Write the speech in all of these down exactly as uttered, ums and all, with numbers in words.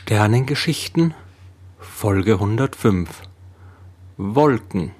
Sternengeschichten, Folge hundertfünf. Wolken.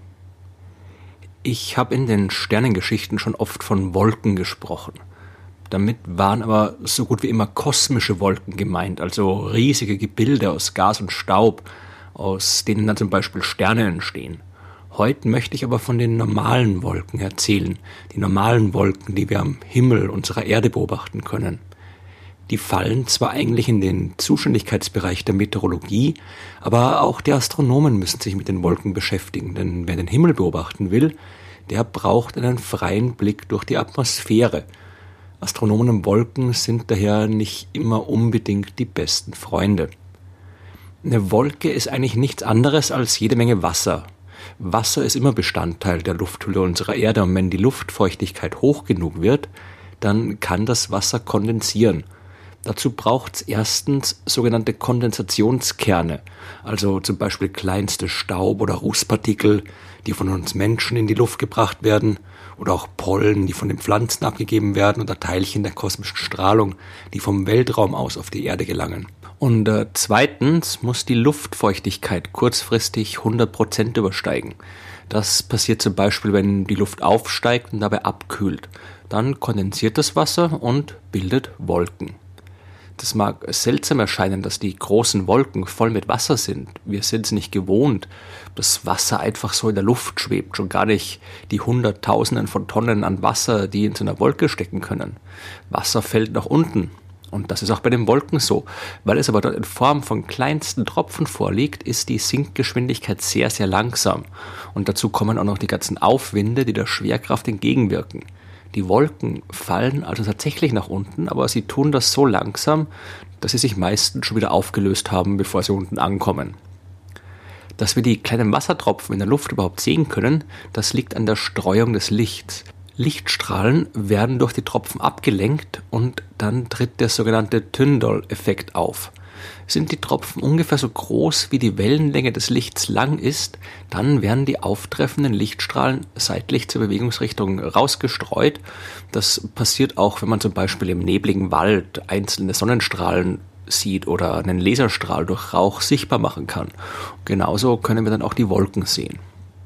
Ich habe in den Sternengeschichten schon oft von Wolken gesprochen. Damit waren aber so gut wie immer kosmische Wolken gemeint, also riesige Gebilde aus Gas und Staub, aus denen dann zum Beispiel Sterne entstehen. Heute möchte ich aber von den normalen Wolken erzählen, die normalen Wolken, die wir am Himmel unserer Erde beobachten können. Die fallen zwar eigentlich in den Zuständigkeitsbereich der Meteorologie, aber auch die Astronomen müssen sich mit den Wolken beschäftigen, denn wer den Himmel beobachten will, der braucht einen freien Blick durch die Atmosphäre. Astronomen und Wolken sind daher nicht immer unbedingt die besten Freunde. Eine Wolke ist eigentlich nichts anderes als jede Menge Wasser. Wasser ist immer Bestandteil der Lufthülle unserer Erde, und wenn die Luftfeuchtigkeit hoch genug wird, dann kann das Wasser kondensieren. Dazu braucht es erstens sogenannte Kondensationskerne, also zum Beispiel kleinste Staub- oder Rußpartikel, die von uns Menschen in die Luft gebracht werden, oder auch Pollen, die von den Pflanzen abgegeben werden, oder Teilchen der kosmischen Strahlung, die vom Weltraum aus auf die Erde gelangen. Und äh, zweitens muss die Luftfeuchtigkeit kurzfristig hundert Prozent übersteigen. Das passiert zum Beispiel, wenn die Luft aufsteigt und dabei abkühlt. Dann kondensiert das Wasser und bildet Wolken. Das mag seltsam erscheinen, dass die großen Wolken voll mit Wasser sind. Wir sind es nicht gewohnt, dass Wasser einfach so in der Luft schwebt, schon gar nicht die Hunderttausenden von Tonnen an Wasser, die in so einer Wolke stecken können. Wasser fällt nach unten. Und das ist auch bei den Wolken so. Weil es aber dort in Form von kleinsten Tropfen vorliegt, ist die Sinkgeschwindigkeit sehr, sehr langsam. Und dazu kommen auch noch die ganzen Aufwinde, die der Schwerkraft entgegenwirken. Die Wolken fallen also tatsächlich nach unten, aber sie tun das so langsam, dass sie sich meistens schon wieder aufgelöst haben, bevor sie unten ankommen. Dass wir die kleinen Wassertropfen in der Luft überhaupt sehen können, das liegt an der Streuung des Lichts. Lichtstrahlen werden durch die Tropfen abgelenkt und dann tritt der sogenannte Tyndall-Effekt auf. Sind die Tropfen ungefähr so groß, wie die Wellenlänge des Lichts lang ist, dann werden die auftreffenden Lichtstrahlen seitlich zur Bewegungsrichtung rausgestreut. Das passiert auch, wenn man zum Beispiel im nebligen Wald einzelne Sonnenstrahlen sieht oder einen Laserstrahl durch Rauch sichtbar machen kann. Genauso können wir dann auch die Wolken sehen.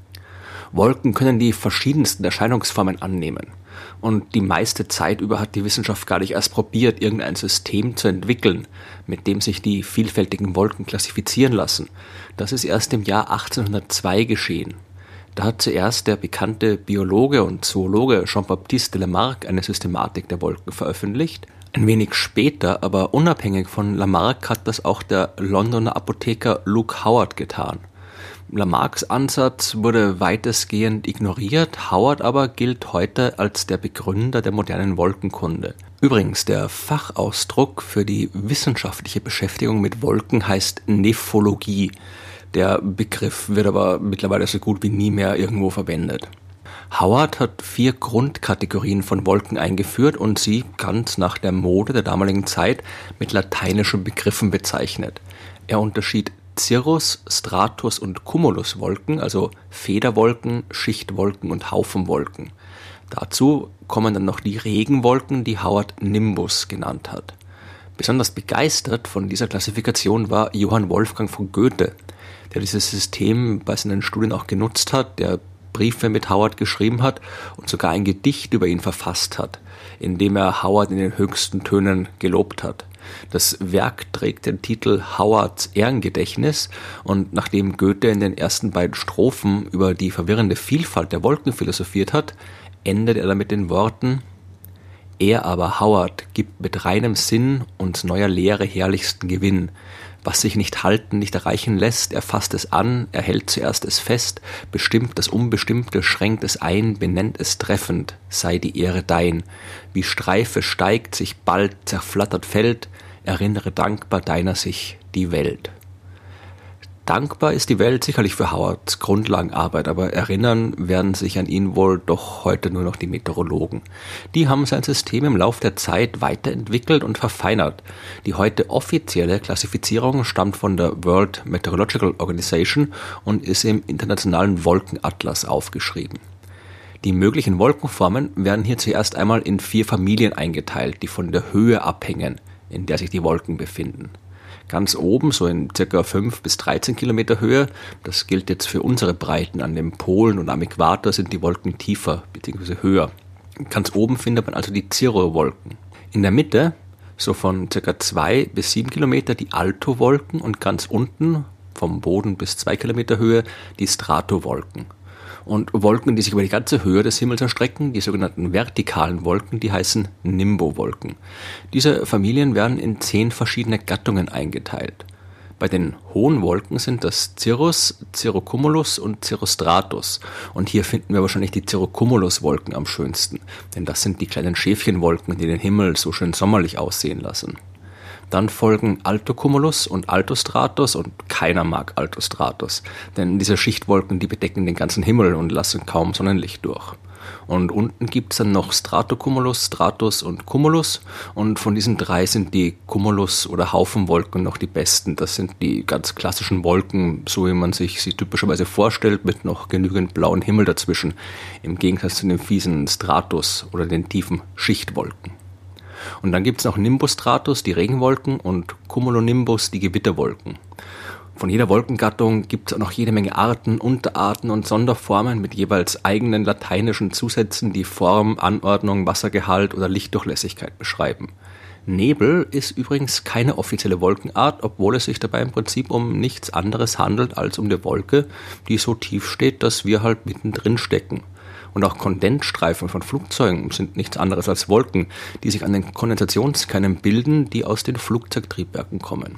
Wolken können die verschiedensten Erscheinungsformen annehmen. Und die meiste Zeit über hat die Wissenschaft gar nicht erst probiert, irgendein System zu entwickeln, mit dem sich die vielfältigen Wolken klassifizieren lassen. Das ist erst im Jahr achtzehnhundertzwei geschehen. Da hat zuerst der bekannte Biologe und Zoologe Jean-Baptiste de Lamarck eine Systematik der Wolken veröffentlicht. Ein wenig später, aber unabhängig von Lamarck, hat das auch der Londoner Apotheker Luke Howard getan. Lamarcks Ansatz wurde weitestgehend ignoriert, Howard aber gilt heute als der Begründer der modernen Wolkenkunde. Übrigens, der Fachausdruck für die wissenschaftliche Beschäftigung mit Wolken heißt Nephologie. Der Begriff wird aber mittlerweile so gut wie nie mehr irgendwo verwendet. Howard hat vier Grundkategorien von Wolken eingeführt und sie ganz nach der Mode der damaligen Zeit mit lateinischen Begriffen bezeichnet. Er unterschied Cirrus, Stratus und Cumuluswolken, also Federwolken, Schichtwolken und Haufenwolken. Dazu kommen dann noch die Regenwolken, die Howard Nimbus genannt hat. Besonders begeistert von dieser Klassifikation war Johann Wolfgang von Goethe, der dieses System bei seinen Studien auch genutzt hat, der Briefe mit Howard geschrieben hat und sogar ein Gedicht über ihn verfasst hat, in dem er Howard in den höchsten Tönen gelobt hat. Das Werk trägt den Titel Howards Ehrengedächtnis, und nachdem Goethe in den ersten beiden Strophen über die verwirrende Vielfalt der Wolken philosophiert hat, endet er damit den Worten: Er aber, Howard, gibt mit reinem Sinn und neuer Lehre herrlichsten Gewinn. Was sich nicht halten, nicht erreichen lässt, er fasst es an, er hält zuerst es fest, bestimmt das Unbestimmte, schränkt es ein, benennt es treffend, sei die Ehre dein. Wie Streife steigt, sich bald zerflattert fällt, erinnere dankbar deiner sich die Welt. Dankbar ist die Welt sicherlich für Howards Grundlagenarbeit, aber erinnern werden sich an ihn wohl doch heute nur noch die Meteorologen. Die haben sein System im Lauf der Zeit weiterentwickelt und verfeinert. Die heute offizielle Klassifizierung stammt von der World Meteorological Organization und ist im Internationalen Wolkenatlas aufgeschrieben. Die möglichen Wolkenformen werden hier zuerst einmal in vier Familien eingeteilt, die von der Höhe abhängen, in der sich die Wolken befinden. Ganz oben, so in circa fünf bis dreizehn Kilometer Höhe, das gilt jetzt für unsere Breiten an den Polen und am Äquator, sind die Wolken tiefer bzw. höher. Ganz oben findet man also die Cirrowolken. In der Mitte, so von circa zwei bis sieben Kilometer, die Altowolken und ganz unten, vom Boden bis zwei Kilometer Höhe, die Stratowolken. Und Wolken, die sich über die ganze Höhe des Himmels erstrecken, die sogenannten vertikalen Wolken, die heißen Nimbowolken. Diese Familien werden in zehn verschiedene Gattungen eingeteilt. Bei den hohen Wolken sind das Cirrus, Cirrocumulus und Cirrostratus. Und hier finden wir wahrscheinlich die Cirrocumulus-Wolken am schönsten, denn das sind die kleinen Schäfchenwolken, die den Himmel so schön sommerlich aussehen lassen. Dann folgen Altocumulus und Altostratus und keiner mag Altostratus, denn diese Schichtwolken, die bedecken den ganzen Himmel und lassen kaum Sonnenlicht durch. Und unten gibt es dann noch Stratocumulus, Stratus und Cumulus und von diesen drei sind die Cumulus- oder Haufenwolken noch die besten. Das sind die ganz klassischen Wolken, so wie man sich sie typischerweise vorstellt, mit noch genügend blauen Himmel dazwischen, im Gegensatz zu den fiesen Stratus oder den tiefen Schichtwolken. Und dann gibt es noch Nimbostratus, die Regenwolken, und Cumulonimbus, die Gewitterwolken. Von jeder Wolkengattung gibt es auch noch jede Menge Arten, Unterarten und Sonderformen mit jeweils eigenen lateinischen Zusätzen, die Form, Anordnung, Wassergehalt oder Lichtdurchlässigkeit beschreiben. Nebel ist übrigens keine offizielle Wolkenart, obwohl es sich dabei im Prinzip um nichts anderes handelt als um eine Wolke, die so tief steht, dass wir halt mittendrin stecken. Und auch Kondensstreifen von Flugzeugen sind nichts anderes als Wolken, die sich an den Kondensationskernen bilden, die aus den Flugzeugtriebwerken kommen.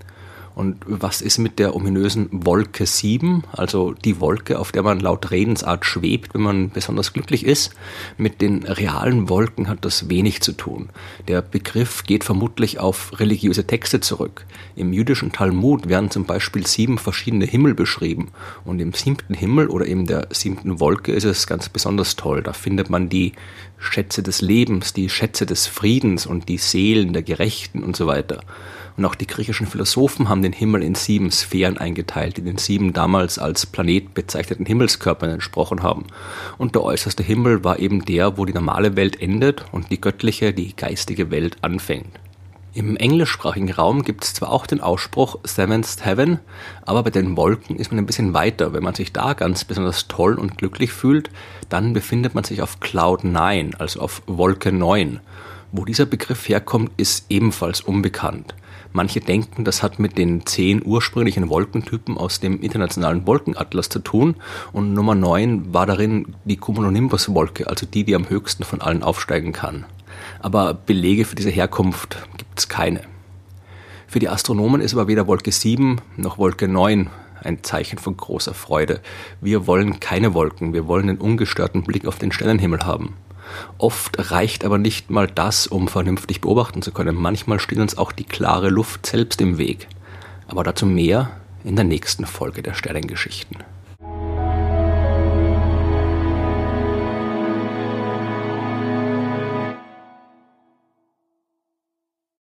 Und was ist mit der ominösen Wolke sieben, also die Wolke, auf der man laut Redensart schwebt, wenn man besonders glücklich ist? Mit den realen Wolken hat das wenig zu tun. Der Begriff geht vermutlich auf religiöse Texte zurück. Im jüdischen Talmud werden zum Beispiel sieben verschiedene Himmel beschrieben. Und im siebten Himmel oder eben der siebten Wolke ist es ganz besonders toll. Da findet man die Schätze des Lebens, die Schätze des Friedens und die Seelen der Gerechten und so weiter. Und auch die griechischen Philosophen haben den Himmel in sieben Sphären eingeteilt, die den sieben damals als Planet bezeichneten Himmelskörpern entsprochen haben. Und der äußerste Himmel war eben der, wo die normale Welt endet und die göttliche, die geistige Welt anfängt. Im englischsprachigen Raum gibt es zwar auch den Ausspruch Seventh Heaven, aber bei den Wolken ist man ein bisschen weiter. Wenn man sich da ganz besonders toll und glücklich fühlt, dann befindet man sich auf Cloud neun, also auf Wolke neun. Wo dieser Begriff herkommt, ist ebenfalls unbekannt. Manche denken, das hat mit den zehn ursprünglichen Wolkentypen aus dem internationalen Wolkenatlas zu tun und Nummer neun war darin die Cumulonimbus-Wolke, also die, die am höchsten von allen aufsteigen kann. Aber Belege für diese Herkunft gibt es keine. Für die Astronomen ist aber weder Wolke sieben noch Wolke neun ein Zeichen von großer Freude. Wir wollen keine Wolken, wir wollen einen ungestörten Blick auf den Sternenhimmel haben. Oft reicht aber nicht mal das, um vernünftig beobachten zu können. Manchmal steht uns auch die klare Luft selbst im Weg. Aber dazu mehr in der nächsten Folge der Sternengeschichten.